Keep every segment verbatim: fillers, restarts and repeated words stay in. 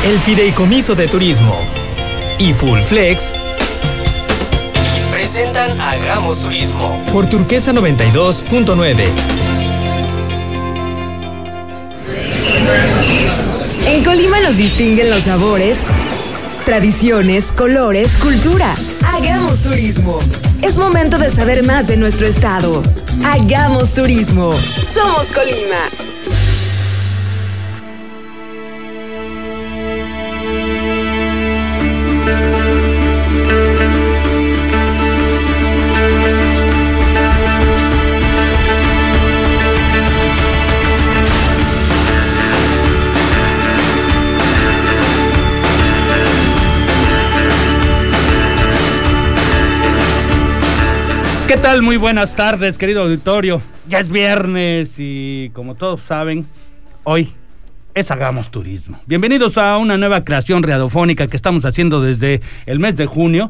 El Fideicomiso de Turismo y Full Flex presentan Hagamos Turismo por Turquesa noventa y dos punto nueve. En Colima nos distinguen los sabores, tradiciones, colores, cultura. Hagamos Turismo. Es momento de saber más de nuestro estado. Hagamos Turismo. Somos Colima. ¿Qué tal? Muy buenas tardes, querido auditorio. Ya es viernes y, como todos saben, hoy es Hagamos Turismo. Bienvenidos a una nueva creación radiofónica que estamos haciendo desde el mes de junio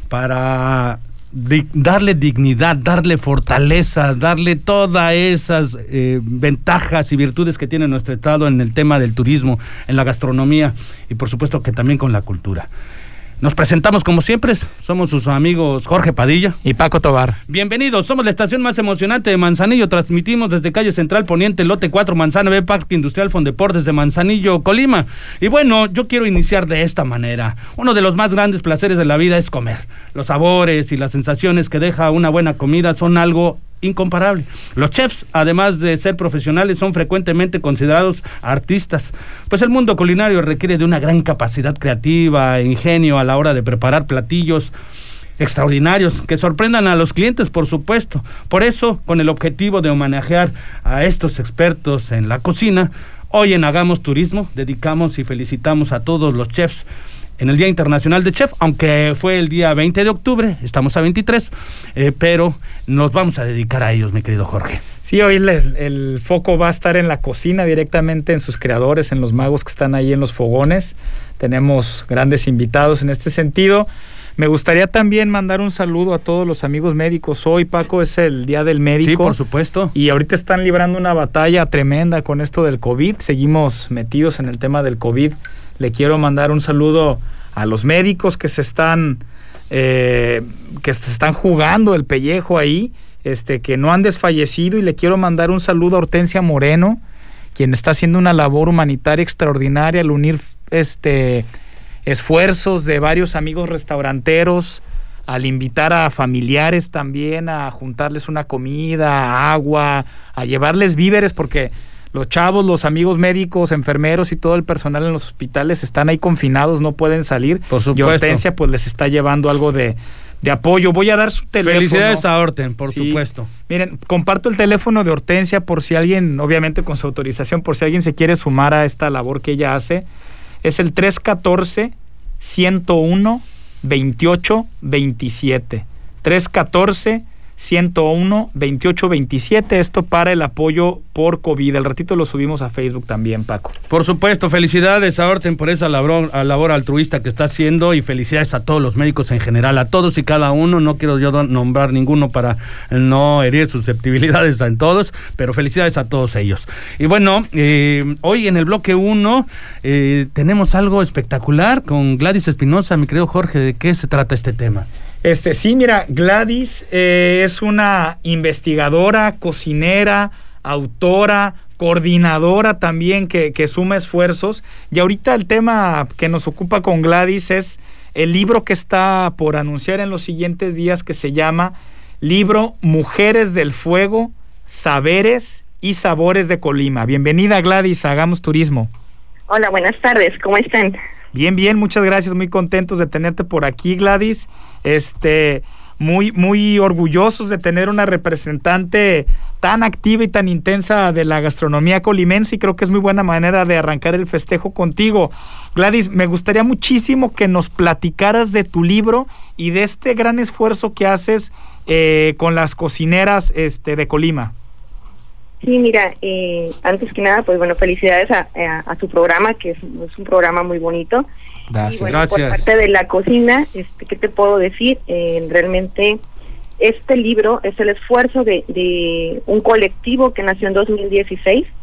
para di- darle dignidad, darle fortaleza, darle todas esas eh, ventajas y virtudes que tiene nuestro estado en el tema del turismo, en la gastronomía y, por supuesto, que también con la cultura. Nos presentamos como siempre, somos sus amigos Jorge Padilla y Paco Tobar. Bienvenidos, somos la estación más emocionante de Manzanillo, transmitimos desde calle Central Poniente, lote cuatro, Manzana B, Parque Industrial Fondeportes de Manzanillo, Colima. Y bueno, yo quiero iniciar de esta manera. Uno de los más grandes placeres de la vida es comer. Los sabores y las sensaciones que deja una buena comida son algo incomparable. Los chefs, además de ser profesionales, son frecuentemente considerados artistas, pues el mundo culinario requiere de una gran capacidad creativa e ingenio a la hora de preparar platillos extraordinarios que sorprendan a los clientes, por supuesto. Por eso, con el objetivo de homenajear a estos expertos en la cocina, hoy en Hagamos Turismo dedicamos y felicitamos a todos los chefs en el Día Internacional de Chef, aunque fue el día veinte de octubre, estamos a veintitrés, eh, pero nos vamos a dedicar a ellos, mi querido Jorge. Sí, hoy el, el foco va a estar en la cocina, directamente en sus creadores, en los magos que están ahí en los fogones. Tenemos grandes invitados en este sentido. Me gustaría también mandar un saludo a todos los amigos médicos. Hoy, Paco, es el Día del Médico. Sí, por supuesto. Y ahorita están librando una batalla tremenda con esto del COVID. Seguimos metidos en el tema del COVID. Le quiero mandar un saludo a los médicos que se están eh, que se están jugando el pellejo ahí, este, que no han desfallecido, y le quiero mandar un saludo a Hortensia Moreno, quien está haciendo una labor humanitaria extraordinaria al unir este esfuerzos de varios amigos restauranteros, al invitar a familiares también a juntarles una comida, agua, a llevarles víveres, porque los chavos, los amigos médicos, enfermeros y todo el personal en los hospitales están ahí confinados, no pueden salir. Por supuesto. Y Hortensia pues les está llevando algo de, de apoyo. Voy a dar su teléfono. Felicidades a Horten, por sí. supuesto. Miren, comparto el teléfono de Hortensia por si alguien, obviamente con su autorización, por si alguien se quiere sumar a esta labor que ella hace. Es el tres uno cuatro, uno cero uno, veintiocho veintisiete. tres uno cuatro, uno cero uno, veintiocho veintisiete, esto para el apoyo por COVID. Al ratito lo subimos a Facebook también, Paco. Por supuesto, felicidades a Horten por esa labor, labor altruista que está haciendo, y felicidades a todos los médicos en general, a todos y cada uno. No quiero yo nombrar ninguno para no herir susceptibilidades en todos, pero felicidades a todos ellos. Y bueno, eh, hoy en el bloque uno eh, tenemos algo espectacular con Gladys Espinosa. Mi querido Jorge, ¿de qué se trata este tema? Este, sí, mira, Gladys eh, es una investigadora, cocinera, autora, coordinadora también que, que suma esfuerzos. Y ahorita el tema que nos ocupa con Gladys es el libro que está por anunciar en los siguientes días, que se llama Libro Mujeres del Fuego, Saberes y Sabores de Colima. Bienvenida, Gladys, a Hagamos Turismo. Hola, buenas tardes, ¿cómo están? Bien, bien, muchas gracias, muy contentos de tenerte por aquí, Gladys. Este, muy, muy orgullosos de tener una representante tan activa y tan intensa de la gastronomía colimense, y creo que es muy buena manera de arrancar el festejo contigo. Gladys, me gustaría muchísimo que nos platicaras de tu libro y de este gran esfuerzo que haces eh, con las cocineras este, de Colima. Sí, mira, eh, antes que nada, pues bueno, felicidades a, a, a tu programa, que es, es un programa muy bonito. Gracias. Y bueno, Gracias. por parte de la cocina, este, ¿qué te puedo decir? Eh, realmente este libro es el esfuerzo de, de un colectivo que nació en dos mil dieciséis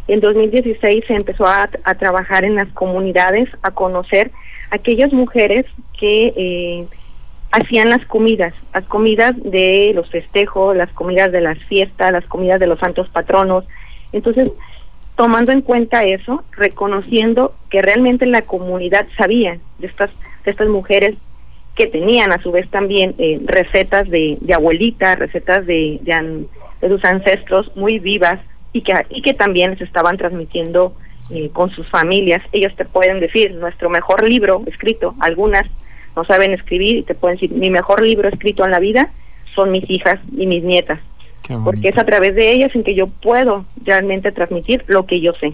En dos mil dieciséis se empezó a, a trabajar en las comunidades, a conocer a aquellas mujeres que eh, hacían las comidas, las comidas de los festejos, las comidas de las fiestas, las comidas de los santos patronos. Entonces, tomando en cuenta eso, reconociendo que realmente la comunidad sabía de estas, de estas mujeres que tenían a su vez también eh, recetas de, de abuelitas, recetas de, de, an, de sus ancestros muy vivas, y que, y que también se estaban transmitiendo eh, con sus familias. Ellos te pueden decir, nuestro mejor libro escrito, algunas no saben escribir y te pueden decir, mi mejor libro escrito en la vida son mis hijas y mis nietas, porque es a través de ellas en que yo puedo realmente transmitir lo que yo sé.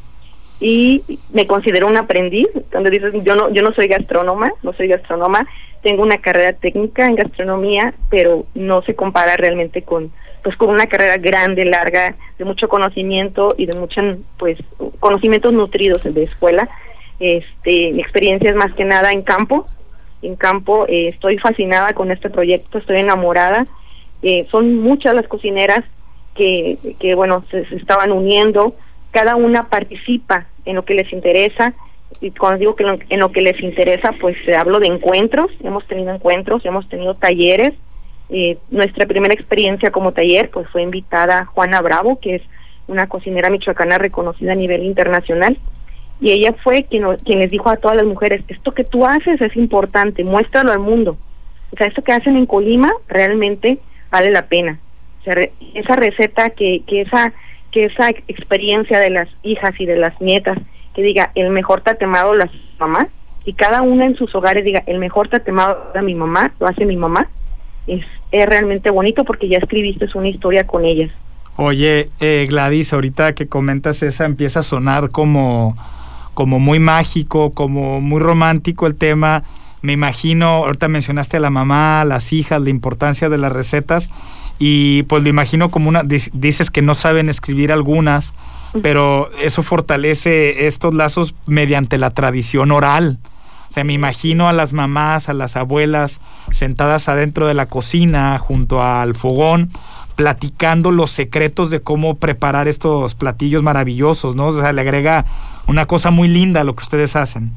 Y me considero un aprendiz. Cuando dices, yo no yo no soy gastrónoma, no soy gastrónoma, tengo una carrera técnica en gastronomía, pero no se compara realmente con pues con una carrera grande, larga, de mucho conocimiento y de muchos pues conocimientos nutridos de escuela. Este, mi experiencia es más que nada en campo. En campo eh, estoy fascinada con este proyecto, estoy enamorada. Eh, son muchas las cocineras que, que bueno, se, se estaban uniendo. Cada una participa en lo que les interesa, y cuando digo que lo, en lo que les interesa, pues eh, hablo de encuentros. Hemos tenido encuentros, hemos tenido talleres. Eh, nuestra primera experiencia como taller pues fue invitada Juana Bravo, que es una cocinera michoacana reconocida a nivel internacional, y ella fue quien, quien les dijo a todas las mujeres, esto que tú haces es importante, muéstralo al mundo. O sea, esto que hacen en Colima realmente vale la pena. O sea, re, esa receta, que, que esa que esa experiencia de las hijas y de las nietas, que diga, el mejor tatemado lo hace mi mamá, y cada una en sus hogares diga, el mejor tatemado de mi mamá, lo hace mi mamá, es, es realmente bonito porque ya escribiste una historia con ellas. Oye, eh, Gladys, ahorita que comentas esa, empieza a sonar como, como muy mágico, como muy romántico el tema. Me imagino, ahorita mencionaste a la mamá, a las hijas, la importancia de las recetas, y pues lo imagino como una, dices que no saben escribir algunas, pero eso fortalece estos lazos mediante la tradición oral. O sea, me imagino a las mamás, a las abuelas sentadas adentro de la cocina, junto al fogón, platicando los secretos de cómo preparar estos platillos maravillosos, ¿no? O sea, le agrega una cosa muy linda a lo que ustedes hacen.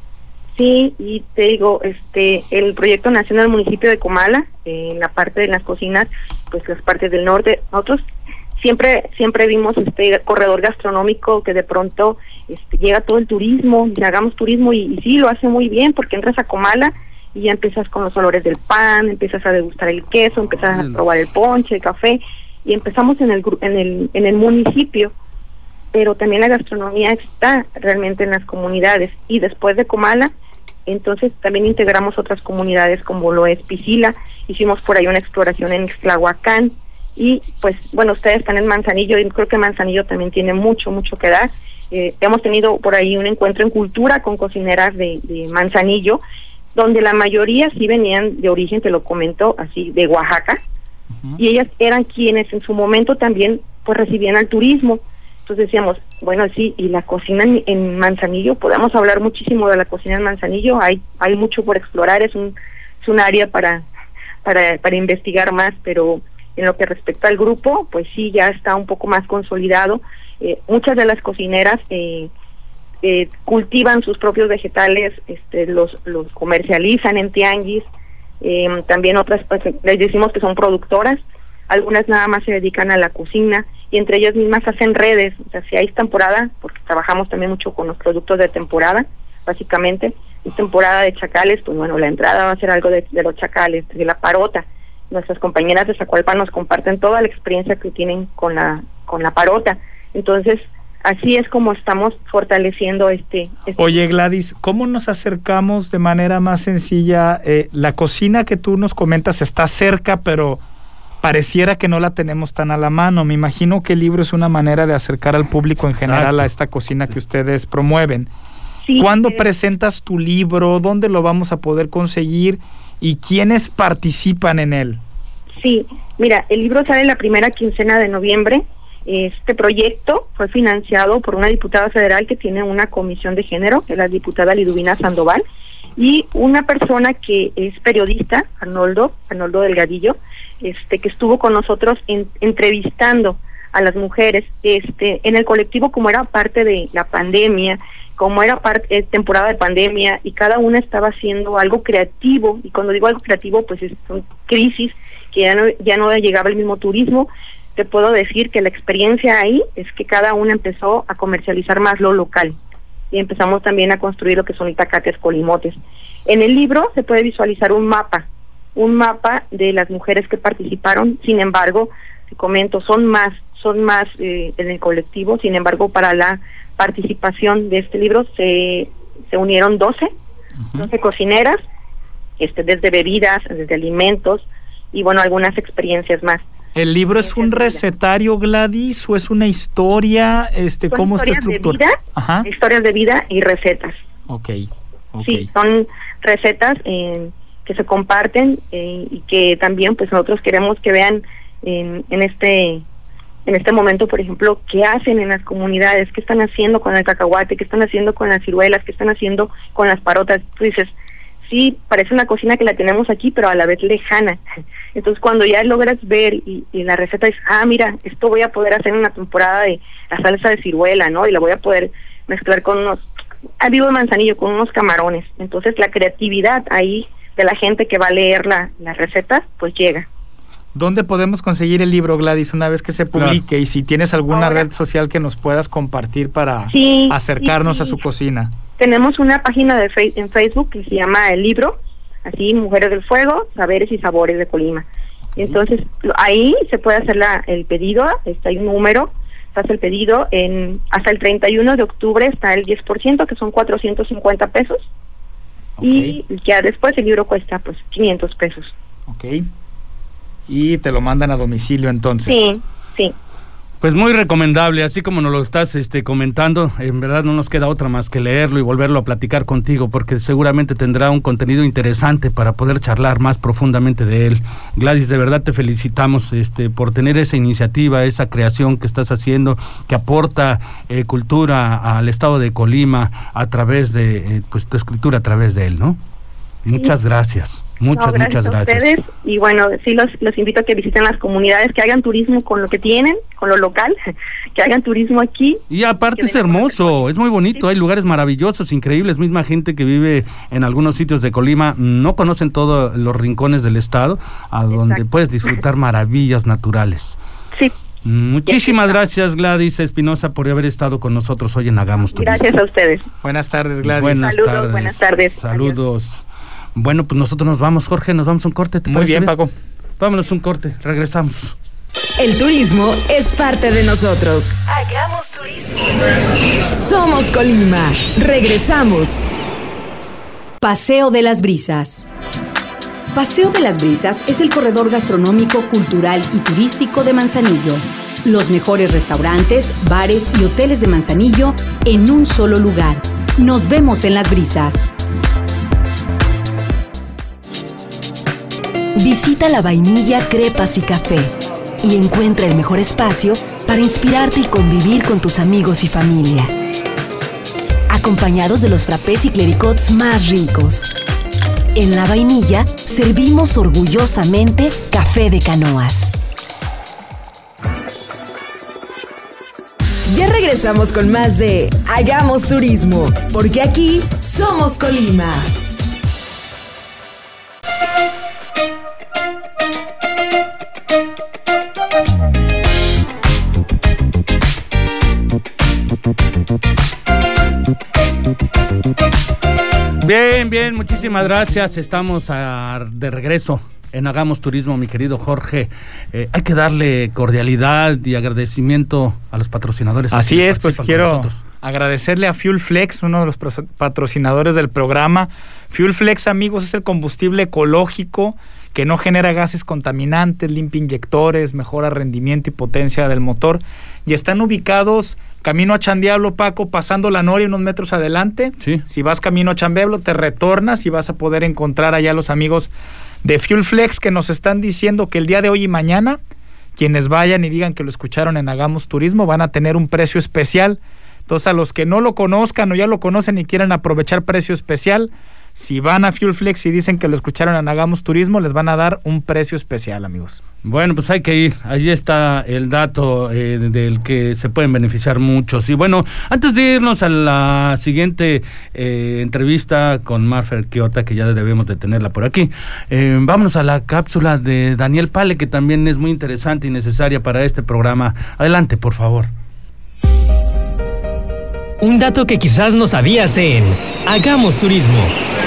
Sí, y te digo, este, el proyecto nació en el municipio de Comala, eh, en la parte de las cocinas, pues las partes del norte. Nosotros siempre siempre vimos este corredor gastronómico que de pronto este, llega todo el turismo, y hagamos turismo, y, y sí, lo hace muy bien, porque entras a Comala y ya empiezas con los olores del pan, empiezas a degustar el queso, empiezas a probar el ponche, el café, y empezamos en el en el en el municipio, pero también la gastronomía está realmente en las comunidades, y después de Comala, entonces también integramos otras comunidades como lo es Piscila, hicimos por ahí una exploración en Ixtlahuacán, y pues bueno, ustedes están en Manzanillo, y creo que Manzanillo también tiene mucho, mucho que dar. Eh, hemos tenido por ahí un encuentro en cultura con cocineras de, de Manzanillo, donde la mayoría sí venían de origen, te lo comento así, de Oaxaca, uh-huh. Y ellas eran quienes en su momento también pues recibían al turismo. Entonces decíamos, bueno, sí, y la cocina en, en Manzanillo, podemos hablar muchísimo de la cocina en Manzanillo, hay hay mucho por explorar, es un es un área para para para investigar más, pero en lo que respecta al grupo, pues sí, ya está un poco más consolidado. Eh, muchas de las cocineras eh, eh, cultivan sus propios vegetales, este, los los comercializan en tianguis, eh, también otras pues, les decimos que son productoras, algunas nada más se dedican a la cocina, y entre ellas mismas hacen redes. O sea, si hay temporada, porque trabajamos también mucho con los productos de temporada, básicamente, es temporada de chacales, pues bueno, la entrada va a ser algo de, de los chacales, de la parota. Nuestras compañeras de Zacualpan nos comparten toda la experiencia que tienen con la con la parota. Entonces, así es como estamos fortaleciendo este... este Oye, Gladys, ¿cómo nos acercamos de manera más sencilla? Eh, la cocina que tú nos comentas está cerca, pero pareciera que no la tenemos tan a la mano. Me imagino que el libro es una manera de acercar al público en general Exacto. a esta cocina que ustedes promueven. Sí, ¿Cuándo eh, presentas tu libro? ¿Dónde lo vamos a poder conseguir? ¿Y quiénes participan en él? Sí, mira, el libro sale la primera quincena de noviembre. Este proyecto fue financiado por una diputada federal que tiene una comisión de género, que es la diputada Liduvina Sandoval, y una persona que es periodista, Arnoldo, Arnoldo Delgadillo, este, que estuvo con nosotros en, entrevistando a las mujeres. Este, en el colectivo, como era parte de la pandemia, como era parte, eh, temporada de pandemia, y cada una estaba haciendo algo creativo, y cuando digo algo creativo, pues es una crisis, que ya no, ya no llegaba el mismo turismo. Te puedo decir que la experiencia ahí es que cada una empezó a comercializar más lo local, y empezamos también a construir lo que son itacates, colimotes. En el libro se puede visualizar un mapa, un mapa de las mujeres que participaron. Sin embargo, te comento, son más, son más eh, en el colectivo. Sin embargo, para la participación de este libro se, se unieron doce, uh-huh. doce cocineras, este, desde bebidas, desde alimentos, y bueno, algunas experiencias más. ¿El libro es un recetario, Gladys, o es una historia? Este, son ¿Cómo está estructurado? Ajá. Historias de vida y recetas. Ok, ok. Sí, son recetas eh, que se comparten eh, y que también pues nosotros queremos que vean en, en este en este momento, por ejemplo, qué hacen en las comunidades, qué están haciendo con el cacahuate, qué están haciendo con las ciruelas, qué están haciendo con las parotas. Tú dices, sí, parece una cocina que la tenemos aquí, pero a la vez lejana. Entonces, cuando ya logras ver y, y la receta es, ah, mira, esto voy a poder hacer en una temporada de la salsa de ciruela, ¿no? Y la voy a poder mezclar con unos, ah, vivo de Manzanillo, con unos camarones. Entonces, la creatividad ahí de la gente que va a leer la, las recetas, pues llega. ¿Dónde podemos conseguir el libro, Gladys, una vez que se publique? Claro. Y si tienes alguna Ahora, red social que nos puedas compartir para sí, acercarnos sí, sí. a su cocina. Tenemos una página de fe- en Facebook que se llama El Libro, así, Mujeres del Fuego, Saberes y Sabores de Colima. Okay. Entonces, ahí se puede hacer la, el pedido, está hay un número, se hace el pedido, en hasta el treinta y uno de octubre está el diez por ciento, que son cuatrocientos cincuenta pesos, okay. Y ya después el libro cuesta, pues, quinientos pesos. Ok. Y te lo mandan a domicilio, entonces. Sí, sí. Pues muy recomendable, así como nos lo estás este, comentando, en verdad no nos queda otra más que leerlo y volverlo a platicar contigo, porque seguramente tendrá un contenido interesante para poder charlar más profundamente de él. Gladys, de verdad te felicitamos este, por tener esa iniciativa, esa creación que estás haciendo, que aporta eh, cultura al estado de Colima a través de, eh, pues tu escritura a través de él, ¿no? Muchas sí. gracias. Muchas, no, gracias muchas gracias. A ustedes, y bueno, sí los, los invito a que visiten las comunidades, que hagan turismo con lo que tienen, con lo local, que hagan turismo aquí. Y aparte es hermoso, es muy bonito, sí. Hay lugares maravillosos, increíbles, misma gente que vive en algunos sitios de Colima, no conocen todos los rincones del estado, a Exacto. donde puedes disfrutar maravillas naturales. Sí. Muchísimas gracias, Gladys Espinosa, por haber estado con nosotros hoy en Hagamos Turismo. Gracias a ustedes. Buenas tardes, Gladys. Buenas Saludos, tardes. buenas tardes. Saludos. Adiós. Bueno, pues nosotros nos vamos, Jorge, nos vamos a un corte. ¿Te Muy bien, bien, Paco. Vámonos un corte, regresamos. El turismo es parte de nosotros. Hagamos turismo. Somos Colima. Regresamos. Paseo de las Brisas. Paseo de las Brisas es el corredor gastronómico, cultural y turístico de Manzanillo. Los mejores restaurantes, bares y hoteles de Manzanillo en un solo lugar. Nos vemos en Las Brisas. Visita La Vainilla Crepas y Café y encuentra el mejor espacio para inspirarte y convivir con tus amigos y familia. Acompañados de los frappés y clericots más ricos. En La Vainilla servimos orgullosamente café de canoas. Ya regresamos con más de Hagamos Turismo, porque aquí somos Colima. Bien, bien, muchísimas gracias. Estamos a, de regreso en Hagamos Turismo, mi querido Jorge. Eh, hay que darle cordialidad y agradecimiento a los patrocinadores. Así es, pues quiero agradecerle a Fuel Flex, uno de los patrocinadores del programa. Fuel Flex, amigos, es el combustible ecológico que no genera gases contaminantes, limpia inyectores, mejora rendimiento y potencia del motor. Y están ubicados camino a Chandiablo, Paco, pasando la Noria unos metros adelante. Sí. Si vas camino a Chandiablo, te retornas y vas a poder encontrar allá a los amigos de Fuel Flex, que nos están diciendo que el día de hoy y mañana, quienes vayan y digan que lo escucharon en Hagamos Turismo, van a tener un precio especial. Entonces, a los que no lo conozcan o ya lo conocen y quieran aprovechar precio especial, si van a Fuel Flex y dicen que lo escucharon en Hagamos Turismo, les van a dar un precio especial, amigos. Bueno, pues hay que ir. Ahí está el dato eh, del que se pueden beneficiar muchos. Y bueno, antes de irnos a la siguiente eh, entrevista con Mafer Quiota, que ya debemos de tenerla por aquí, eh, vámonos a la cápsula de Daniel Pale, que también es muy interesante y necesaria para este programa. Adelante, por favor. Un dato que quizás no sabías en Hagamos Turismo.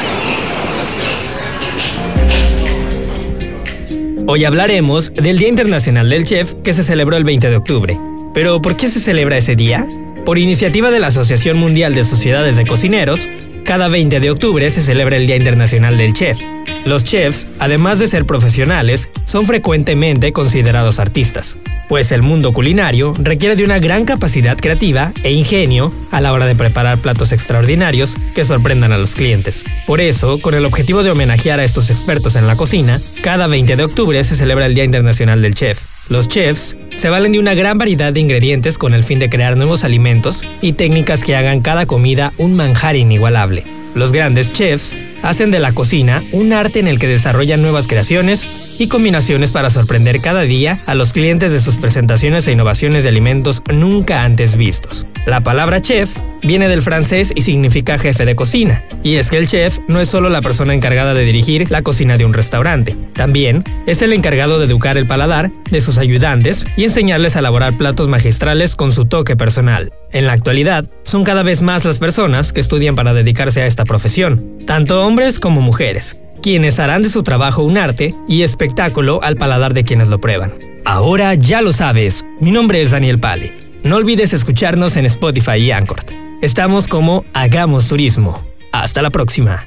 Hoy hablaremos del Día Internacional del Chef, que se celebró el veinte de octubre. ¿Pero por qué se celebra ese día? Por iniciativa de la Asociación Mundial de Sociedades de Cocineros, cada veinte de octubre se celebra el Día Internacional del Chef. Los chefs, además de ser profesionales, son frecuentemente considerados artistas, pues el mundo culinario requiere de una gran capacidad creativa e ingenio a la hora de preparar platos extraordinarios que sorprendan a los clientes. Por eso, con el objetivo de homenajear a estos expertos en la cocina, cada veinte de octubre se celebra el Día Internacional del Chef. Los chefs se valen de una gran variedad de ingredientes con el fin de crear nuevos alimentos y técnicas que hagan cada comida un manjar inigualable. Los grandes chefs hacen de la cocina un arte en el que desarrollan nuevas creaciones y combinaciones para sorprender cada día a los clientes de sus presentaciones e innovaciones de alimentos nunca antes vistos. La palabra chef viene del francés y significa jefe de cocina. Y es que el chef no es solo la persona encargada de dirigir la cocina de un restaurante, también es el encargado de educar el paladar de sus ayudantes y enseñarles a elaborar platos magistrales con su toque personal. En la actualidad, son cada vez más las personas que estudian para dedicarse a esta profesión, tanto hombres como mujeres, quienes harán de su trabajo un arte y espectáculo al paladar de quienes lo prueban. Ahora ya lo sabes, mi nombre es Daniel Pale. No olvides escucharnos en Spotify y Anchor. Estamos como Hagamos Turismo. Hasta la próxima.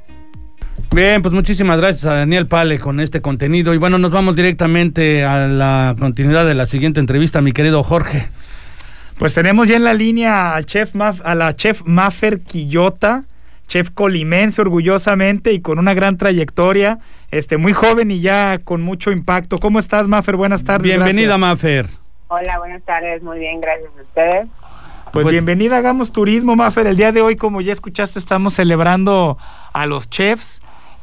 Bien, pues muchísimas gracias a Daniel Pale con este contenido. Y bueno, nos vamos directamente a la continuidad de la siguiente entrevista, mi querido Jorge. Pues tenemos ya en la línea al chef Maf, a la chef Mafer Quiota, chef colimense orgullosamente y con una gran trayectoria, este muy joven y ya con mucho impacto. ¿Cómo estás, Mafer? Buenas tardes. Bienvenida, gracias. Mafer. Hola, buenas tardes, muy bien, gracias a ustedes. Pues, pues bienvenida a Hagamos Turismo, Mafer. El día de hoy, como ya escuchaste, estamos celebrando a los chefs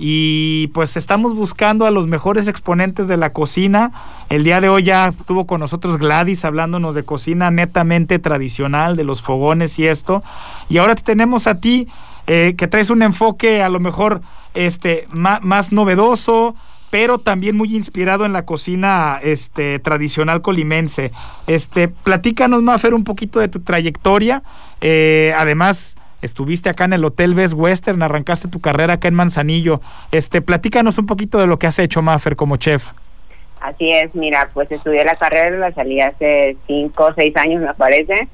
y pues estamos buscando a los mejores exponentes de la cocina. El día de hoy ya estuvo con nosotros Gladys hablándonos de cocina netamente tradicional, de los fogones y esto. Y ahora te tenemos a ti, eh, que traes un enfoque a lo mejor este más, más novedoso, pero también muy inspirado en la cocina este, tradicional colimense. Este, platícanos, Mafer, un poquito de tu trayectoria. Eh, además, estuviste acá en el Hotel Best Western, arrancaste tu carrera acá en Manzanillo. Este, platícanos un poquito de lo que has hecho, Mafer, como chef. Así es, mira, pues estudié la carrera, la salí hace cinco o seis años, me parece.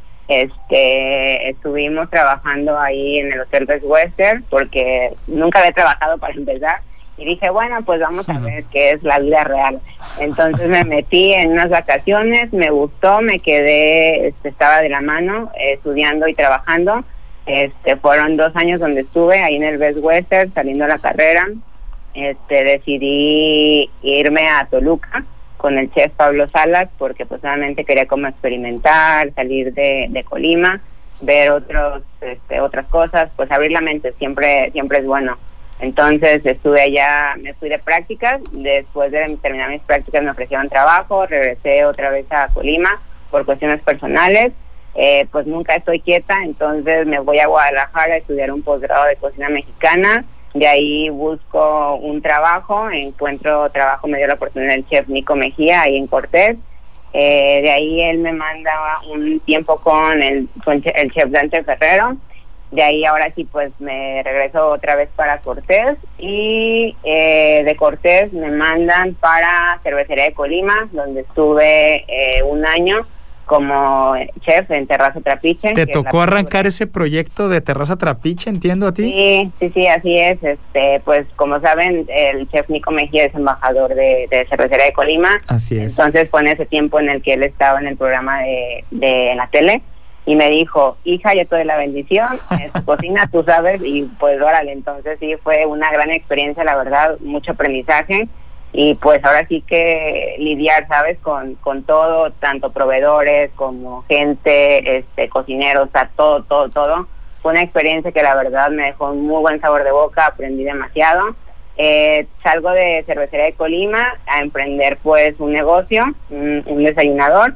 Este, estuvimos trabajando ahí en el Hotel Best Western, porque nunca había trabajado para empezar. Y dije, bueno, pues vamos a ver qué es la vida real. Entonces me metí en unas vacaciones, me gustó, me quedé, este, estaba de la mano eh, estudiando y trabajando. Este, fueron dos años donde estuve ahí en el Best Western, saliendo de la carrera. Este, decidí irme a Toluca con el chef Pablo Salas, porque pues solamente quería como experimentar, salir de, de Colima, ver otros, este, otras cosas, pues abrir la mente siempre, siempre es bueno. Entonces estuve allá, me fui de prácticas, después de terminar mis prácticas me ofrecieron trabajo, regresé otra vez a Colima por cuestiones personales, eh, pues nunca estoy quieta, entonces me voy a Guadalajara a estudiar un posgrado de cocina mexicana, de ahí busco un trabajo, encuentro trabajo, me dio la oportunidad el chef Nico Mejía ahí en Cortés, eh, de ahí él me manda un tiempo con el, con el chef Dante Ferrero. De ahí ahora sí pues me regreso otra vez para Cortés y eh, de Cortés me mandan para Cervecería de Colima, donde estuve eh, un año como chef en Terraza Trapiche. ¿Te tocó arrancar ese proyecto de Terraza Trapiche, entiendo a ti? Sí, sí, sí, así es. Este, pues como saben, el chef Nico Mejía es embajador de, de Cervecería de Colima. Así es. Entonces fue en ese tiempo en el que él estaba en el programa de, de la tele. Y me dijo, hija, yo te doy la bendición, en tu cocina, tú sabes, y pues órale, entonces sí, fue una gran experiencia, la verdad, mucho aprendizaje, y pues ahora sí que lidiar, ¿sabes?, con, con todo, tanto proveedores como gente, este, cocineros, o sea, todo, todo, todo. Fue una experiencia que la verdad me dejó un muy buen sabor de boca, aprendí demasiado, Eh, salgo de Cervecería de Colima a emprender pues un negocio, un, un desayunador.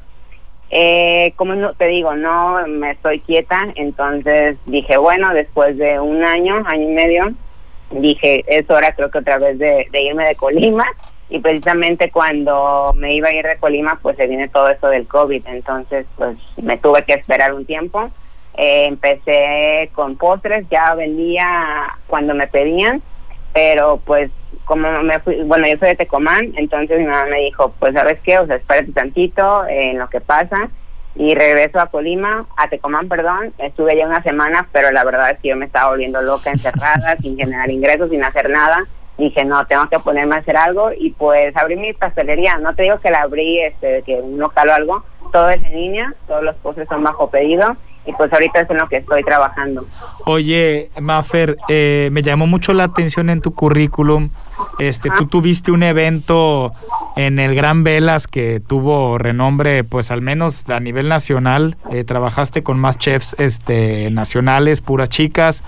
Eh, como no, te digo, no me estoy quieta, entonces dije, bueno, después de un año, año y medio, dije, es hora creo que otra vez de, de irme de Colima, y precisamente cuando me iba a ir de Colima, pues se viene todo esto del COVID, entonces pues me tuve que esperar un tiempo. Eh, empecé con postres, ya vendía cuando me pedían, pero pues como me fui, bueno, yo soy de Tecomán, entonces mi mamá me dijo, pues ¿sabes qué? O sea, espérate tantito eh, en lo que pasa, y regreso a Colima, a Tecomán, perdón. Estuve allá una semana, pero la verdad es que yo me estaba volviendo loca, encerrada, sin generar ingresos, sin hacer nada. Dije, no, tengo que ponerme a hacer algo, y pues abrí mi pastelería. No te digo que la abrí, este, que un local o algo, todo es en línea, todos los postres son bajo pedido, y pues ahorita es en lo que estoy trabajando. Oye, Mafer, eh, me llamó mucho la atención en tu currículum, este, tú tuviste un evento en el Gran Velas que tuvo renombre, pues al menos a nivel nacional, eh, trabajaste con más chefs este, nacionales, puras chicas,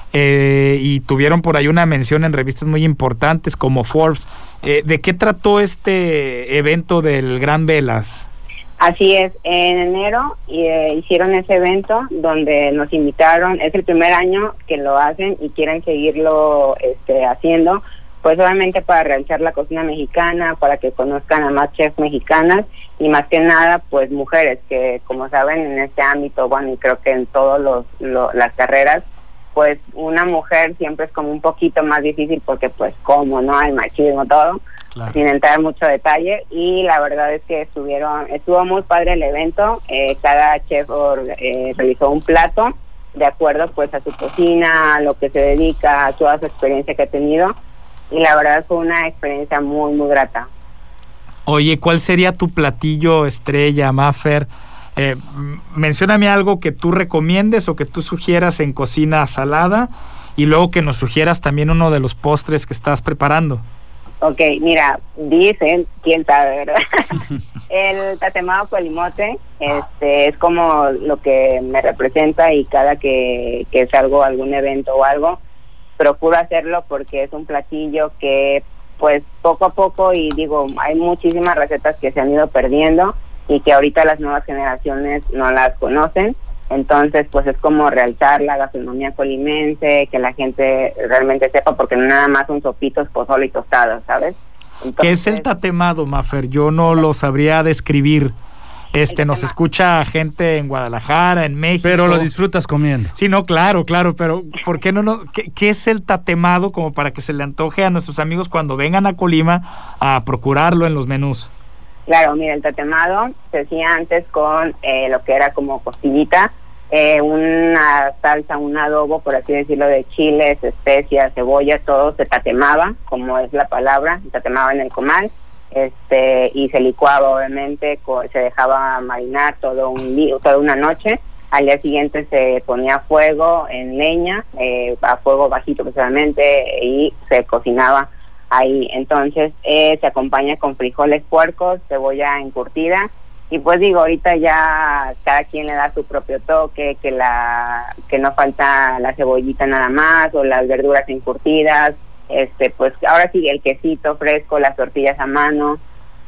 eh, y tuvieron por ahí una mención en revistas muy importantes como Forbes. Eh, ¿de qué trató este evento del Gran Velas? Así es, en enero eh, hicieron ese evento donde nos invitaron, es el primer año que lo hacen y quieren seguirlo este, haciendo, pues obviamente para realizar la cocina mexicana, para que conozcan a más chefs mexicanas y más que nada pues mujeres que, como saben, en este ámbito, bueno, y creo que en todas los, lo, las carreras, pues una mujer siempre es como un poquito más difícil porque pues como, ¿no? El machismo, todo. Claro. Sin entrar en mucho detalle, y la verdad es que estuvieron estuvo muy padre el evento. Eh, cada chef or, eh, realizó un plato de acuerdo pues a su cocina, a lo que se dedica, a toda su experiencia que ha tenido, y la verdad fue una experiencia muy muy grata. Oye, ¿cuál sería tu platillo estrella, Mafer? Eh, mencióname algo que tú recomiendes o que tú sugieras en cocina salada, y luego que nos sugieras también uno de los postres que estás preparando. Ok, mira, dicen, quién sabe, ¿verdad? El tatemado colimote este, es como lo que me representa, y cada que, que salgo a algún evento o algo, procuro hacerlo porque es un platillo que, pues, poco a poco, y digo, hay muchísimas recetas que se han ido perdiendo y que ahorita las nuevas generaciones no las conocen. Entonces, pues es como realzar la gastronomía colimense, que la gente realmente sepa, porque no nada más son sopitos, pozole y tostadas, ¿sabes? Entonces, ¿qué es el tatemado, Mafer? Yo no lo sabría describir. Este, nos escucha gente en Guadalajara, en México. Pero lo disfrutas comiendo. Sí, no, claro, claro, pero ¿por qué no? no ¿qué, ¿Qué es el tatemado? Como para que se le antoje a nuestros amigos cuando vengan a Colima a procurarlo en los menús. Claro, mira, el tatemado se hacía antes con eh, lo que era como costillita, eh, una salsa, un adobo, por así decirlo, de chiles, especias, cebolla, todo se tatemaba, como es la palabra, se tatemaba en el comal, este, y se licuaba obviamente, se dejaba marinar todo un toda una noche. Al día siguiente se ponía fuego en leña, eh, a fuego bajito precisamente, y se cocinaba ahí. Entonces eh, se acompaña con frijoles puercos, cebolla encurtida, y pues digo, ahorita ya cada quien le da su propio toque, que la que no falta la cebollita nada más, o las verduras encurtidas, este pues ahora sí el quesito fresco, las tortillas a mano.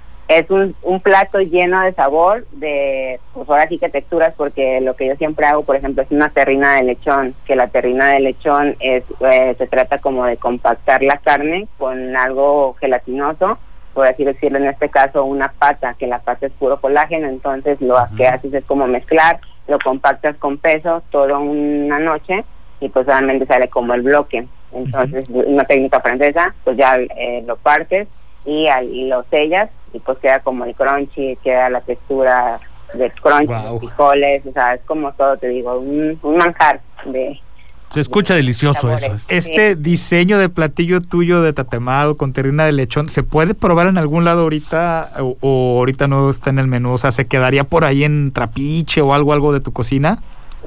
Es un, un plato lleno de sabor, de pues ahora sí que texturas, porque lo que yo siempre hago, por ejemplo, es una terrina de lechón, que la terrina de lechón es eh, se trata como de compactar la carne con algo gelatinoso, por así decirlo, en este caso una pata, que la pata es puro colágeno. Entonces lo uh-huh. que haces es como mezclar, lo compactas con peso toda una noche, y pues solamente sale como el bloque. Entonces uh-huh. una técnica francesa, pues ya eh, lo partes y, y lo sellas, y pues queda como el crunchy, queda la textura de crunchy, wow. de frijoles, o sea, es como todo, te digo, un, un manjar de... Se escucha de delicioso sabores. Eso. Este sí. diseño de platillo tuyo de tatemado con terrina de lechón, ¿se puede probar en algún lado ahorita o, o ahorita no está en el menú? O sea, ¿se quedaría por ahí en Trapiche o algo, algo de tu cocina?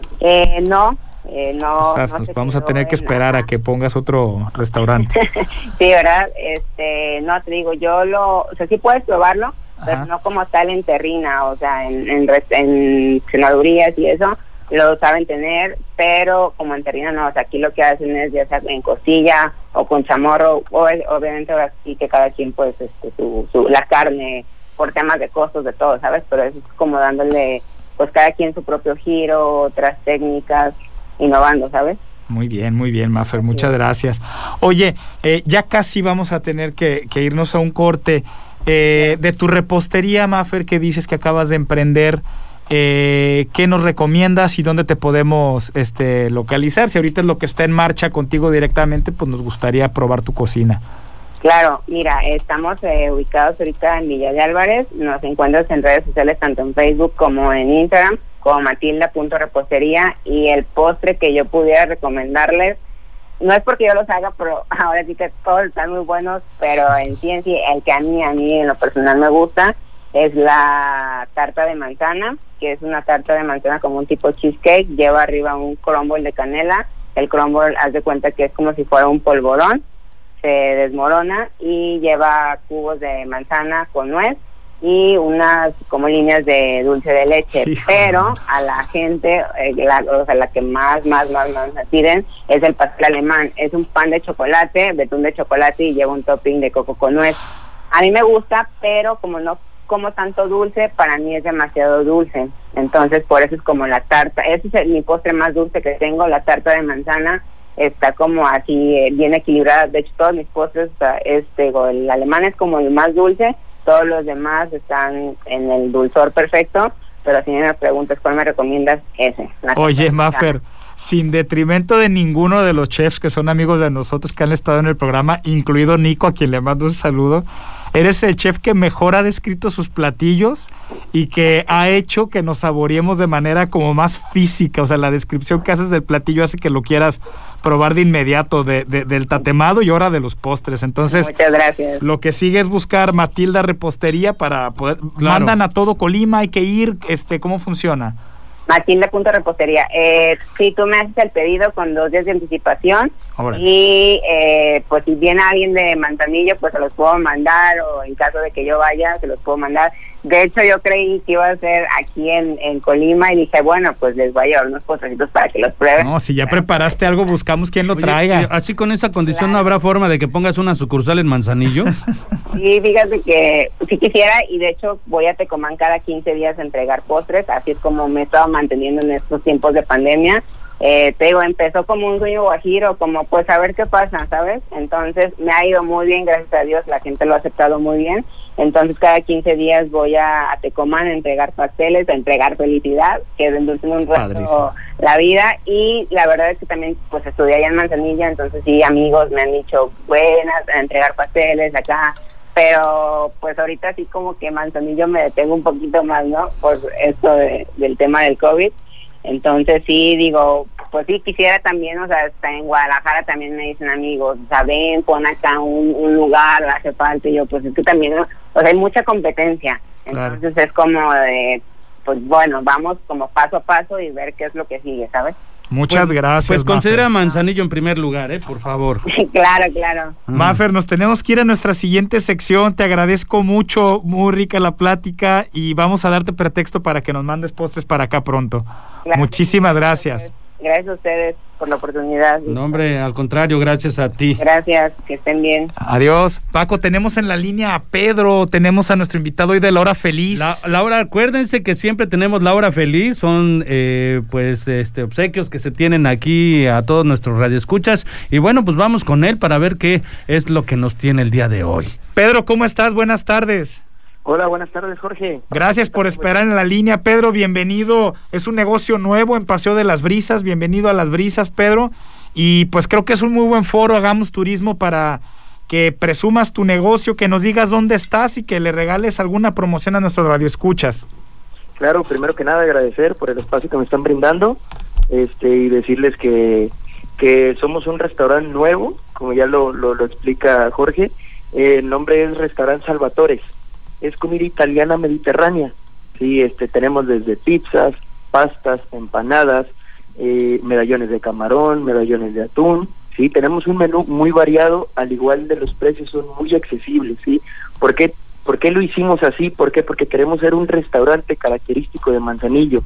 Eh, no. Eh, no, o sea, no nos vamos a tener que esperar nada. a que pongas otro restaurante. Sí, ¿verdad? Este, no, te digo, yo lo, o sea, sí puedes probarlo, ajá. pero no como tal en terrina, o sea, en, en, en cenadurías y eso, lo saben tener, pero como en terrina no, o sea, aquí lo que hacen es ya sea en costilla o con chamorro, o es, obviamente así que cada quien pues este, su, su, la carne, por temas de costos de todo, ¿sabes? Pero eso es como dándole pues cada quien su propio giro, otras técnicas, innovando, ¿sabes? Muy bien, muy bien, Mafer, muchas gracias. Oye, eh, ya casi vamos a tener que, que irnos a un corte. Eh, de tu repostería, Mafer, que dices que acabas de emprender, eh, ¿qué nos recomiendas y dónde te podemos este, localizar? Si ahorita es lo que está en marcha contigo directamente, pues nos gustaría probar tu cocina. Claro, mira, estamos eh, ubicados ahorita en Villa de Álvarez, nos encuentras en redes sociales tanto en Facebook como en Instagram, como matilda punto repostería, y el postre que yo pudiera recomendarles, no es porque yo los haga, pero ahora sí que todos están muy buenos, pero en sí en sí, el que a mí, a mí en lo personal me gusta, es la tarta de manzana, que es una tarta de manzana como un tipo cheesecake, lleva arriba un crumble de canela, el crumble haz de cuenta que es como si fuera un polvorón, se desmorona y lleva cubos de manzana con nuez y unas como líneas de dulce de leche, sí, pero a la gente, eh, la, o sea, la que más, más, más, más me piden es el pastel alemán. Es un pan de chocolate, betún de chocolate y lleva un topping de coco con nuez. A mí me gusta, pero como no como tanto dulce, para mí es demasiado dulce. Entonces, por eso es como la tarta. Ese es el, mi postre más dulce que tengo, la tarta de manzana. Está como así, eh, bien equilibrada. De hecho, todos mis postres, o sea, este, el alemán es como el más dulce, todos los demás están en el dulzor perfecto, pero si me preguntas cuál me recomiendas, ese. Oye, Mafer, sin detrimento de ninguno de los chefs que son amigos de nosotros que han estado en el programa, incluido Nico, a quien le mando un saludo, eres el chef que mejor ha descrito sus platillos y que ha hecho que nos saboreemos de manera como más física. O sea, la descripción que haces del platillo hace que lo quieras probar de inmediato, de, de, del tatemado y ahora de los postres. Entonces, muchas gracias. Lo que sigue es buscar Matilda Repostería para poder... Claro. Mandan a todo Colima, hay que ir, este, ¿cómo funciona? matilda punto repostería. Eh, si tú me haces el pedido con dos días de anticipación, ahora, y eh, pues si viene alguien de Manzanillo, pues se los puedo mandar, o en caso de que yo vaya, se los puedo mandar. De hecho, yo creí que iba a ser aquí en, en Colima y dije, bueno, pues les voy a llevar unos postrecitos para que los prueben. No, si ya preparaste algo, buscamos quien lo Oye, traiga. Así con esa condición, claro, ¿no habrá forma de que pongas una sucursal en Manzanillo? Sí, fíjate que sí quisiera, y de hecho voy a Tecomán cada quince días a entregar postres, así es como me he estado manteniendo en estos tiempos de pandemia. Eh, te digo, empezó como un sueño guajiro, como pues a ver qué pasa, ¿sabes? Entonces me ha ido muy bien, gracias a Dios, la gente lo ha aceptado muy bien. Entonces cada quince días voy a, a Tecomán a entregar pasteles, a entregar felicidad, que endulcen un rato la vida. Y la verdad es que también pues estudié allá en Manzanilla, entonces sí, amigos me han dicho buenas a entregar pasteles acá, pero pues ahorita sí como que Manzanillo me detengo un poquito más, ¿no? Por esto de, del tema del COVID. Entonces sí, digo, pues sí, quisiera también, o sea, está en Guadalajara también me dicen amigos, o sea, ven, pon acá un, un lugar, hace falta, y yo, pues es que también, ¿no? O sea, hay mucha competencia, entonces claro, es como de, pues bueno, vamos como paso a paso y ver qué es lo que sigue, ¿sabes? Muchas pues, gracias. Pues considera Manzanillo en primer lugar, ¿eh? Por favor. Claro, claro. Mafer, nos tenemos que ir a nuestra siguiente sección. Te agradezco mucho, muy rica la plática y vamos a darte pretexto para que nos mandes postres para acá pronto. Gracias. Muchísimas gracias. Gracias a ustedes por la oportunidad. No, hombre, al contrario, gracias a ti. Gracias, que estén bien. Adiós. Paco, tenemos en la línea a Pedro, tenemos a nuestro invitado hoy de La Hora Feliz. La, la hora, acuérdense que siempre tenemos La Hora Feliz, son eh, pues este obsequios que se tienen aquí a todos nuestros radioescuchas. Y bueno, pues vamos con él para ver qué es lo que nos tiene el día de hoy. Pedro, ¿cómo estás? Buenas tardes. Hola, buenas tardes, Jorge. Gracias por esperar en la línea, Pedro. Bienvenido. Es un negocio nuevo en Paseo de las Brisas. Bienvenido a Las Brisas, Pedro. Y pues creo que es un muy buen foro. Hagamos turismo para que presumas tu negocio, que nos digas dónde estás y que le regales alguna promoción a nuestros radioescuchas. Claro, primero que nada agradecer por el espacio que me están brindando, este y decirles que, que somos un restaurante nuevo, como ya lo, lo, lo explica Jorge. Eh, el nombre es Restaurante Salvatores. Es comida italiana mediterránea, sí, este, tenemos desde pizzas, pastas, empanadas, eh, medallones de camarón, medallones de atún, sí, tenemos un menú muy variado, al igual de los precios son muy accesibles, sí. ¿Por qué, por qué lo hicimos así? ¿Por qué? Porque queremos ser un restaurante característico de Manzanillo,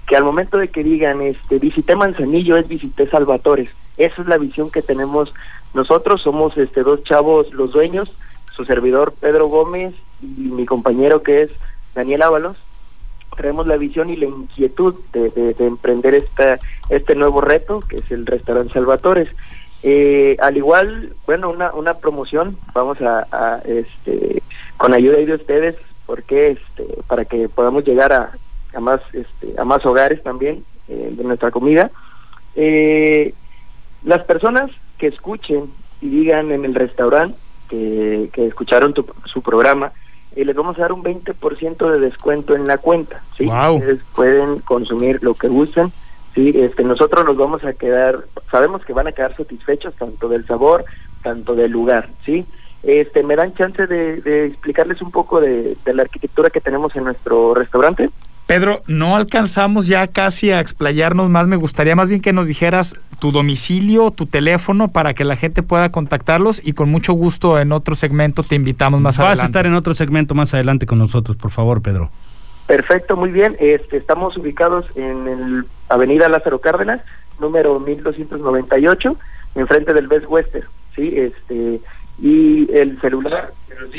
que al momento de que digan, este, visité Manzanillo, es visité Salvatores. Esa es la visión que tenemos nosotros. Somos este dos chavos los dueños, su servidor Pedro Gómez y mi compañero que es Daniel Ábalos. Traemos la visión y la inquietud de, de, de emprender esta, este nuevo reto, que es el restaurante Salvatores. Eh, al igual, bueno, una, una promoción, vamos a, a este, con ayuda de ustedes, porque este, para que podamos llegar a, a más, este, a más hogares también eh, de nuestra comida. Eh, las personas que escuchen y digan en el restaurante que, que escucharon tu, su programa, eh, les vamos a dar un veinte por ciento de descuento en la cuenta, ¿sí? Wow. Ustedes pueden consumir lo que gusten, ¿sí? Este, nosotros nos vamos a quedar, sabemos que van a quedar satisfechos tanto del sabor, tanto del lugar, ¿sí? Este, ¿me dan chance de, de explicarles un poco de, de la arquitectura que tenemos en nuestro restaurante? Pedro, no alcanzamos ya casi a explayarnos más. Me gustaría más bien que nos dijeras tu domicilio, tu teléfono, para que la gente pueda contactarlos, y con mucho gusto en otro segmento te invitamos más Vas adelante. Vas a estar en otro segmento más adelante con nosotros, por favor, Pedro. Perfecto, muy bien. Este, estamos ubicados en el Avenida Lázaro Cárdenas, número mil doscientos noventa y ocho, enfrente del Best Western, ¿sí? Este, y el celular...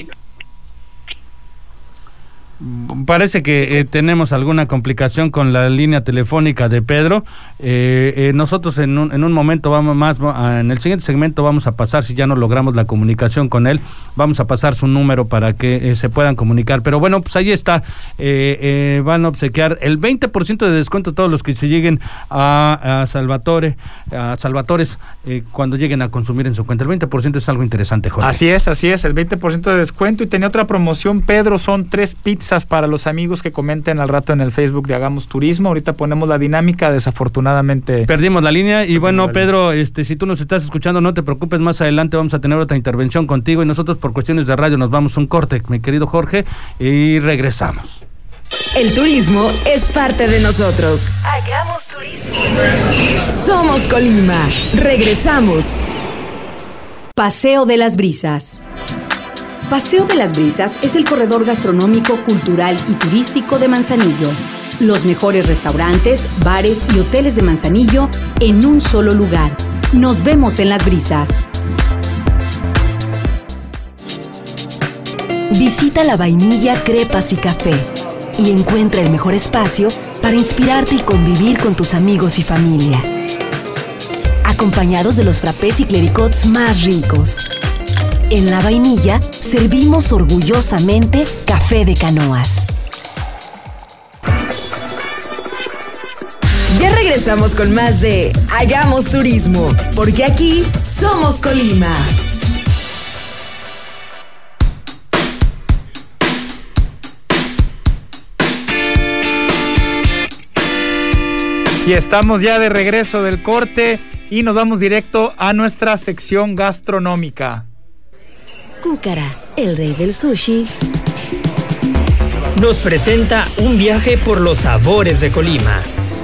Parece que eh, tenemos alguna complicación con la línea telefónica de Pedro. Eh, eh, nosotros en un, en un momento vamos más, en el siguiente segmento vamos a pasar, si ya no logramos la comunicación con él, vamos a pasar su número para que eh, se puedan comunicar. Pero bueno, pues ahí está, eh, eh, van a obsequiar el veinte por ciento de descuento a todos los que se lleguen a, a Salvatore, a Salvatores, eh, cuando lleguen a consumir en su cuenta. El veinte por ciento es algo interesante, Jorge. Así es, así es, el veinte por ciento de descuento. Y tenía otra promoción, Pedro, son tres pizzas para los amigos que comenten al rato en el Facebook de Hagamos Turismo. Ahorita ponemos la dinámica, desafortunadamente perdimos la línea. Y bueno, Pedro, este, si tú nos estás escuchando, no te preocupes, más adelante vamos a tener otra intervención contigo, y nosotros por cuestiones de radio nos vamos a un corte, mi querido Jorge, y regresamos. El turismo es parte de nosotros. Hagamos Turismo. Somos Colima. Regresamos. Paseo de las Brisas. Paseo de las Brisas es el corredor gastronómico, cultural y turístico de Manzanillo. Los mejores restaurantes, bares y hoteles de Manzanillo en un solo lugar. Nos vemos en Las Brisas. Visita La Vainilla Crepas y Café y encuentra el mejor espacio para inspirarte y convivir con tus amigos y familia, acompañados de los frappés y clericots más ricos. En La Vainilla servimos orgullosamente café de canoas. Ya regresamos con más de Hagamos Turismo, porque aquí somos Colima. Y estamos ya de regreso del corte y nos vamos directo a nuestra sección gastronómica. Cúcara, el rey del sushi, nos presenta un viaje por los sabores de Colima.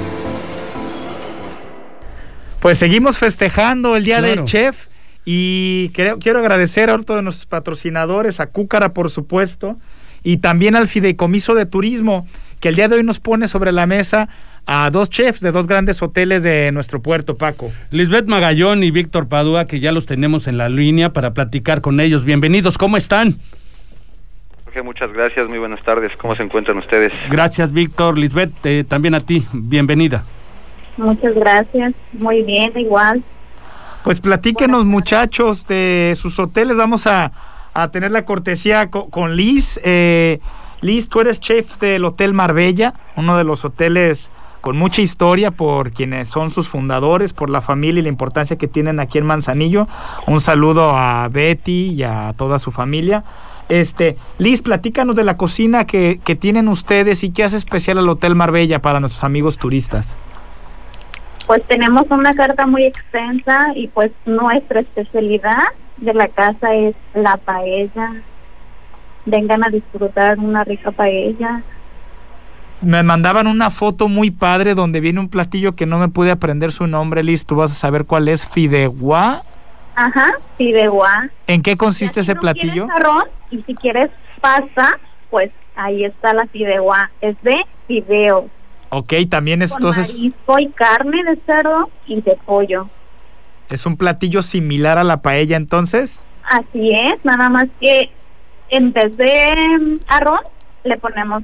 Pues seguimos festejando el Día Claro. del Chef, y quiero, quiero agradecer a todos nuestros patrocinadores, a Cúcara, por supuesto, y también al Fideicomiso de Turismo, que el día de hoy nos pone sobre la mesa a dos chefs de dos grandes hoteles de nuestro puerto, Paco. Lisbeth Magallón y Víctor Padua, que ya los tenemos en la línea para platicar con ellos. Bienvenidos, ¿cómo están? Jorge, muchas gracias, muy buenas tardes. ¿Cómo se encuentran ustedes? Gracias, Víctor. Lisbeth, eh, también a ti, bienvenida. Muchas gracias, muy bien, igual. Pues platíquenos, muchachos, de sus hoteles. Vamos a, a tener la cortesía co- con Liz. Eh, Liz, tú eres chef del Hotel Marbella, uno de los hoteles con mucha historia por quienes son sus fundadores, por la familia y la importancia que tienen aquí en Manzanillo. Un saludo a Betty y a toda su familia. Este, Liz, platícanos de la cocina que, que tienen ustedes y qué hace especial al Hotel Marbella para nuestros amigos turistas. Pues tenemos una carta muy extensa y pues nuestra especialidad de la casa es la paella. Vengan a disfrutar una rica paella. Me mandaban una foto muy padre donde viene un platillo que no me pude aprender su nombre, Liz. Tú vas a saber cuál es. Fideuá. Ajá, fideuá. ¿En qué consiste ese no platillo? Quieres arroz, y si quieres pasta, pues ahí está la fideuá. Es de fideo. Ok, también es con entonces... marisco y carne de cerdo y de pollo. ¿Es un platillo similar a la paella entonces? Así es, nada más que en vez de mm, arroz le ponemos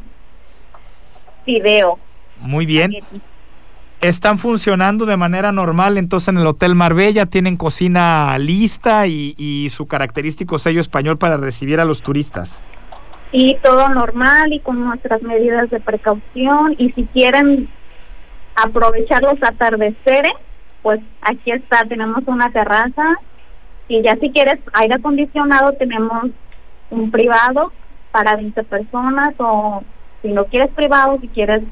fideo. Muy bien. Espagueti. ¿Están funcionando de manera normal entonces en el Hotel Marbella? ¿Tienen cocina lista y, y su característico sello español para recibir a los turistas? Y todo normal y con nuestras medidas de precaución. Y si quieren aprovechar los atardeceres, pues aquí está, tenemos una terraza. Y ya si quieres aire acondicionado, tenemos un privado para veinte personas, o si no quieres privado, si quieres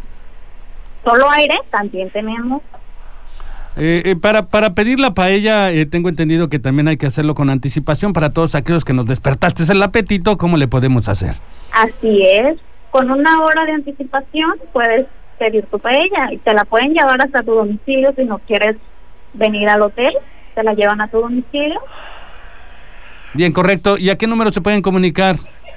solo aire, también tenemos. Eh, eh, para, para pedir la paella, eh, tengo entendido que también hay que hacerlo con anticipación. Para todos aquellos que nos despertaste el apetito, ¿cómo le podemos hacer? Así es, con una hora de anticipación puedes pedir tu paella y te la pueden llevar hasta tu domicilio. Si no quieres venir al hotel, te la llevan a tu domicilio. Bien, correcto. ¿Y a qué número se pueden comunicar?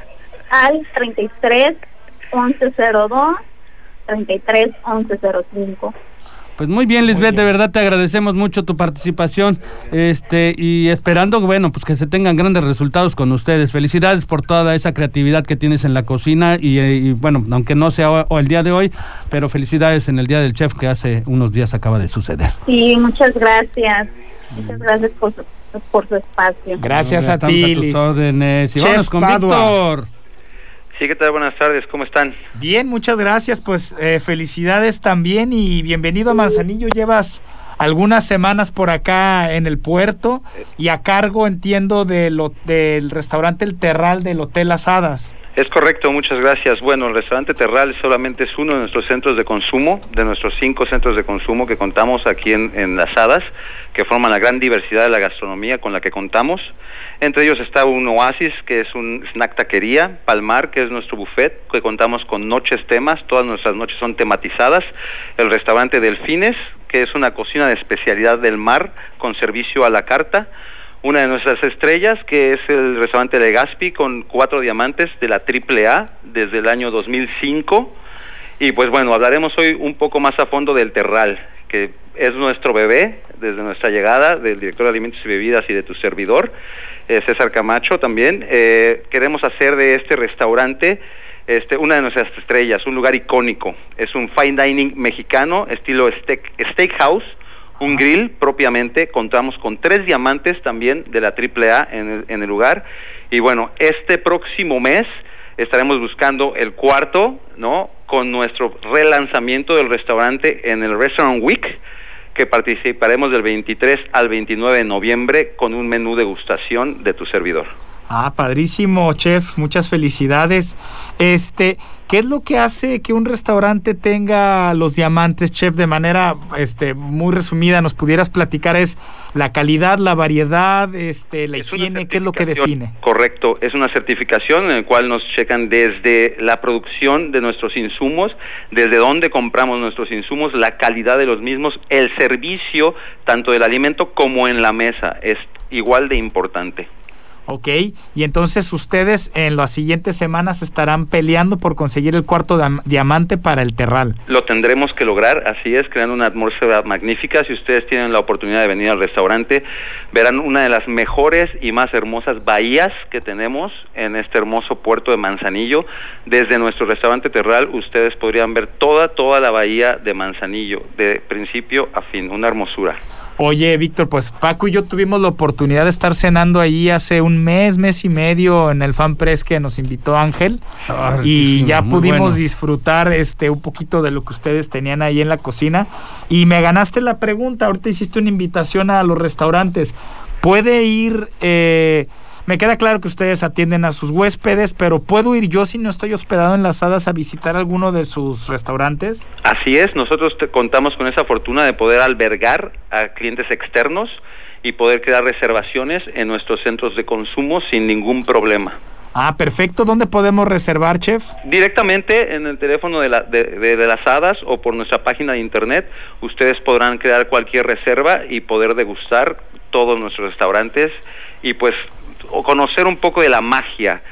Al treinta y tres, once cero dos, treinta y tres, once cero cinco. Pues muy bien, Lisbeth, de verdad te agradecemos mucho tu participación, este y esperando, bueno, pues que se tengan grandes resultados con ustedes. Felicidades por toda esa creatividad que tienes en la cocina y, y bueno, aunque no sea o, o el día de hoy, pero felicidades en el Día del Chef que hace unos días acaba de suceder. Sí, muchas gracias. Muchas gracias por su, por su espacio. Gracias no, a ti, a tus Liz. órdenes. Y Chef vamos con Padua. Víctor. Sí, ¿qué tal? Buenas tardes, ¿cómo están? Bien, muchas gracias, pues eh, felicidades también y bienvenido a Manzanillo. Llevas algunas semanas por acá en el puerto y a cargo, entiendo, de lo, del restaurante El Terral del Hotel Las Hadas. Es correcto, muchas gracias. Bueno, el restaurante Terral solamente es uno de nuestros centros de consumo, de nuestros cinco centros de consumo que contamos aquí en, en Las Hadas, que forman la gran diversidad de la gastronomía con la que contamos. Entre ellos está un Oasis, que es un snack taquería, Palmar, que es nuestro buffet, que contamos con noches temas, todas nuestras noches son tematizadas. El restaurante Delfines, que es una cocina de especialidad del mar con servicio a la carta. Una de nuestras estrellas, que es el restaurante Legazpi, con cuatro diamantes de la triple A desde el año dos mil cinco. Y pues bueno, hablaremos hoy un poco más a fondo del Terral, que es nuestro bebé desde nuestra llegada, del director de Alimentos y Bebidas y de tu servidor, eh, César Camacho también. Eh, queremos hacer de este restaurante este, una de nuestras estrellas, un lugar icónico. Es un fine dining mexicano, estilo steak, steakhouse, un grill propiamente. Contamos con tres diamantes también de la triple A en el, en el lugar. Y bueno, este próximo mes estaremos buscando el cuarto, ¿no?, con nuestro relanzamiento del restaurante en el Restaurant Week, que participaremos del veintitrés al veintinueve de noviembre con un menú degustación de tu servidor. Ah, padrísimo, chef, muchas felicidades. Este, ¿qué es lo que hace que un restaurante tenga los diamantes, chef? De manera este muy resumida, nos pudieras platicar, es la calidad, la variedad, este, la es higiene, ¿qué es lo que define? Correcto, es una certificación en la cual nos checan desde la producción de nuestros insumos, desde dónde compramos nuestros insumos, la calidad de los mismos, el servicio tanto del alimento como en la mesa, es igual de importante. Ok, y entonces ustedes en las siguientes semanas estarán peleando por conseguir el cuarto dam- diamante para el Terral. Lo tendremos que lograr, así es, creando una atmósfera magnífica. Si ustedes tienen la oportunidad de venir al restaurante, verán una de las mejores y más hermosas bahías que tenemos en este hermoso puerto de Manzanillo. Desde nuestro restaurante Terral, ustedes podrían ver toda, toda la bahía de Manzanillo, de principio a fin, una hermosura. Oye, Víctor, pues Paco y yo tuvimos la oportunidad de estar cenando ahí hace un mes, mes y medio en el Fan Press que nos invitó Ángel, oh, y ya pudimos bueno. disfrutar este un poquito de lo que ustedes tenían ahí en la cocina, y me ganaste la pregunta. Ahorita hiciste una invitación a los restaurantes. ¿Puede ir, eh, me queda claro que ustedes atienden a sus huéspedes, pero ¿puedo ir yo si no estoy hospedado en Las Hadas a visitar alguno de sus restaurantes? Así es, nosotros te contamos con esa fortuna de poder albergar a clientes externos y poder crear reservaciones en nuestros centros de consumo sin ningún problema. Ah, perfecto. ¿Dónde podemos reservar, chef? Directamente en el teléfono de, la, de, de, de Las Hadas o por nuestra página de internet. Ustedes podrán crear cualquier reserva y poder degustar todos nuestros restaurantes y pues o conocer un poco de la magia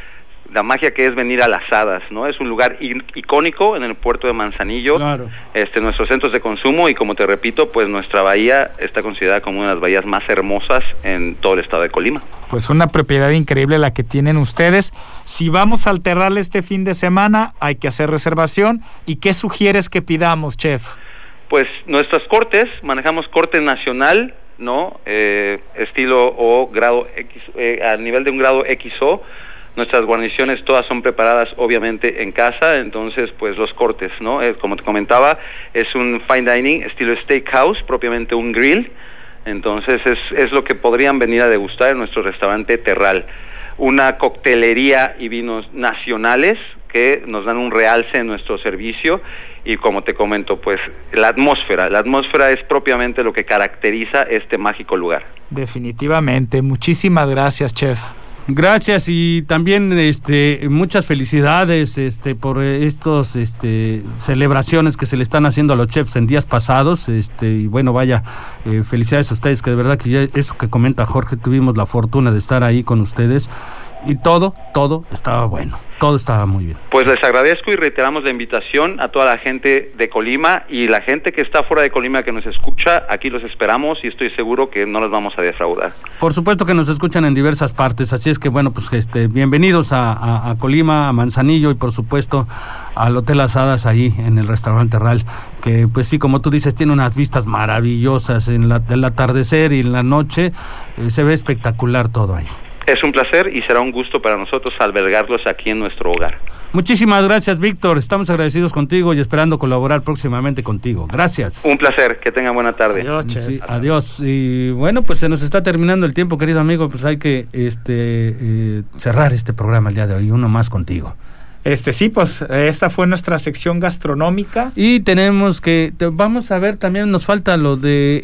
la magia que es venir a las hadas, ¿no? Es un lugar í- icónico en el puerto de Manzanillo, claro. este, nuestros centros de consumo, y como te repito, pues nuestra bahía está considerada como una de las bahías más hermosas en todo el estado de Colima. Pues una propiedad increíble la que tienen ustedes. Si vamos al Terral este fin de semana, hay que hacer reservación. ¿Y qué sugieres que pidamos, chef? Pues nuestras cortes, manejamos corte nacional, ¿no? Eh, estilo o grado X, eh, a nivel de un grado X O. Nuestras guarniciones todas son preparadas obviamente en casa, entonces pues los cortes, ¿no? Eh, como te comentaba, es un fine dining estilo steakhouse, propiamente un grill, entonces es, es lo que podrían venir a degustar en nuestro restaurante Terral. Una coctelería y vinos nacionales que nos dan un realce en nuestro servicio, y como te comento, pues la atmósfera, la atmósfera es propiamente lo que caracteriza este mágico lugar. Definitivamente, muchísimas gracias, chef. Gracias, y también este muchas felicidades este por estos este celebraciones que se le están haciendo a los chefs en días pasados, este y bueno, vaya, eh, felicidades a ustedes, que de verdad que ya eso que comenta Jorge, tuvimos la fortuna de estar ahí con ustedes y todo, todo estaba bueno, todo estaba muy bien. Pues les agradezco y reiteramos la invitación a toda la gente de Colima y la gente que está fuera de Colima que nos escucha. Aquí los esperamos y estoy seguro que no los vamos a defraudar. Por supuesto que nos escuchan en diversas partes, así es que bueno, pues este bienvenidos a, a, a Colima, a Manzanillo, y por supuesto al Hotel Las Hadas ahí en el restaurante Terral, que pues sí, como tú dices, tiene unas vistas maravillosas en la, del atardecer y en la noche, eh, se ve espectacular todo ahí. Es un placer y será un gusto para nosotros albergarlos aquí en nuestro hogar. Muchísimas gracias, Víctor. Estamos agradecidos contigo y esperando colaborar próximamente contigo. Gracias. Un placer. Que tengan buena tarde. Adiós, chef. Sí, adiós. Y bueno, pues se nos está terminando el tiempo, querido amigo. Pues hay que este eh, cerrar este programa el día de hoy. Uno más contigo. Este sí, pues esta fue nuestra sección gastronómica. Y tenemos que, te, vamos a ver, también nos falta lo de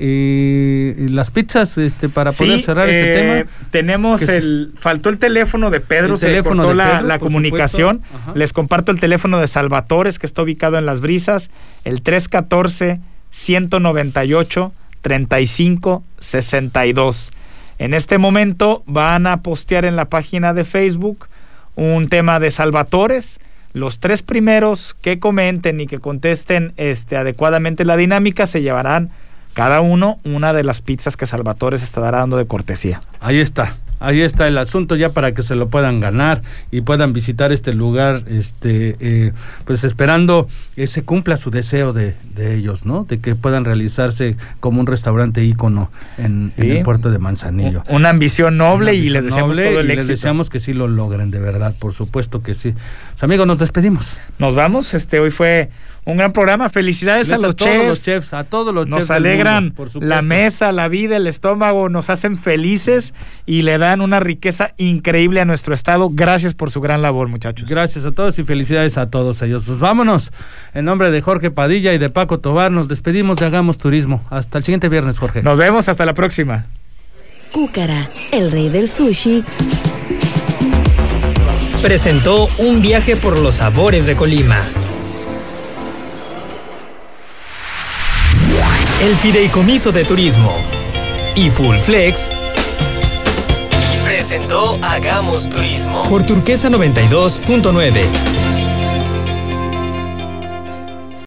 eh, las pizzas, este, para sí, poder cerrar eh, ese tema. Tenemos el, se, faltó el teléfono de Pedro, el se teléfono cortó de la, Pedro, la comunicación. Les comparto el teléfono de Salvatores, que está ubicado en Las Brisas, el tres uno cuatro, uno nueve ocho, tres cinco seis dos. En este momento van a postear en la página de Facebook un tema de Salvatores. Los tres primeros que comenten y que contesten este, adecuadamente la dinámica se llevarán cada uno una de las pizzas que Salvatores estará dando de cortesía. Ahí está, ahí está el asunto, ya para que se lo puedan ganar y puedan visitar este lugar, este eh, pues esperando que se cumpla su deseo de, de ellos, ¿no? De que puedan realizarse como un restaurante ícono en, sí. en el puerto de Manzanillo. Una ambición noble, Una ambición y les deseamos todo el y éxito. Les deseamos que sí lo logren, de verdad, por supuesto que sí. Pues, amigos, nos despedimos. Nos vamos, este hoy fue un gran programa. Felicidades a los, a todos chefs. los chefs, a todos los nos chefs. Nos alegran mundo, la mesa, la vida, el estómago, nos hacen felices y le dan una riqueza increíble a nuestro estado. Gracias por su gran labor, muchachos. Gracias a todos y felicidades a todos ellos. Pues vámonos. En nombre de Jorge Padilla y de Paco Tobar, nos despedimos de Hagamos Turismo. Hasta el siguiente viernes, Jorge. Nos vemos, hasta la próxima. Cúcara, el rey del sushi, presentó un viaje por los sabores de Colima. El Fideicomiso de Turismo y Full Flex presentó Hagamos Turismo por Turquesa noventa y dos punto nueve.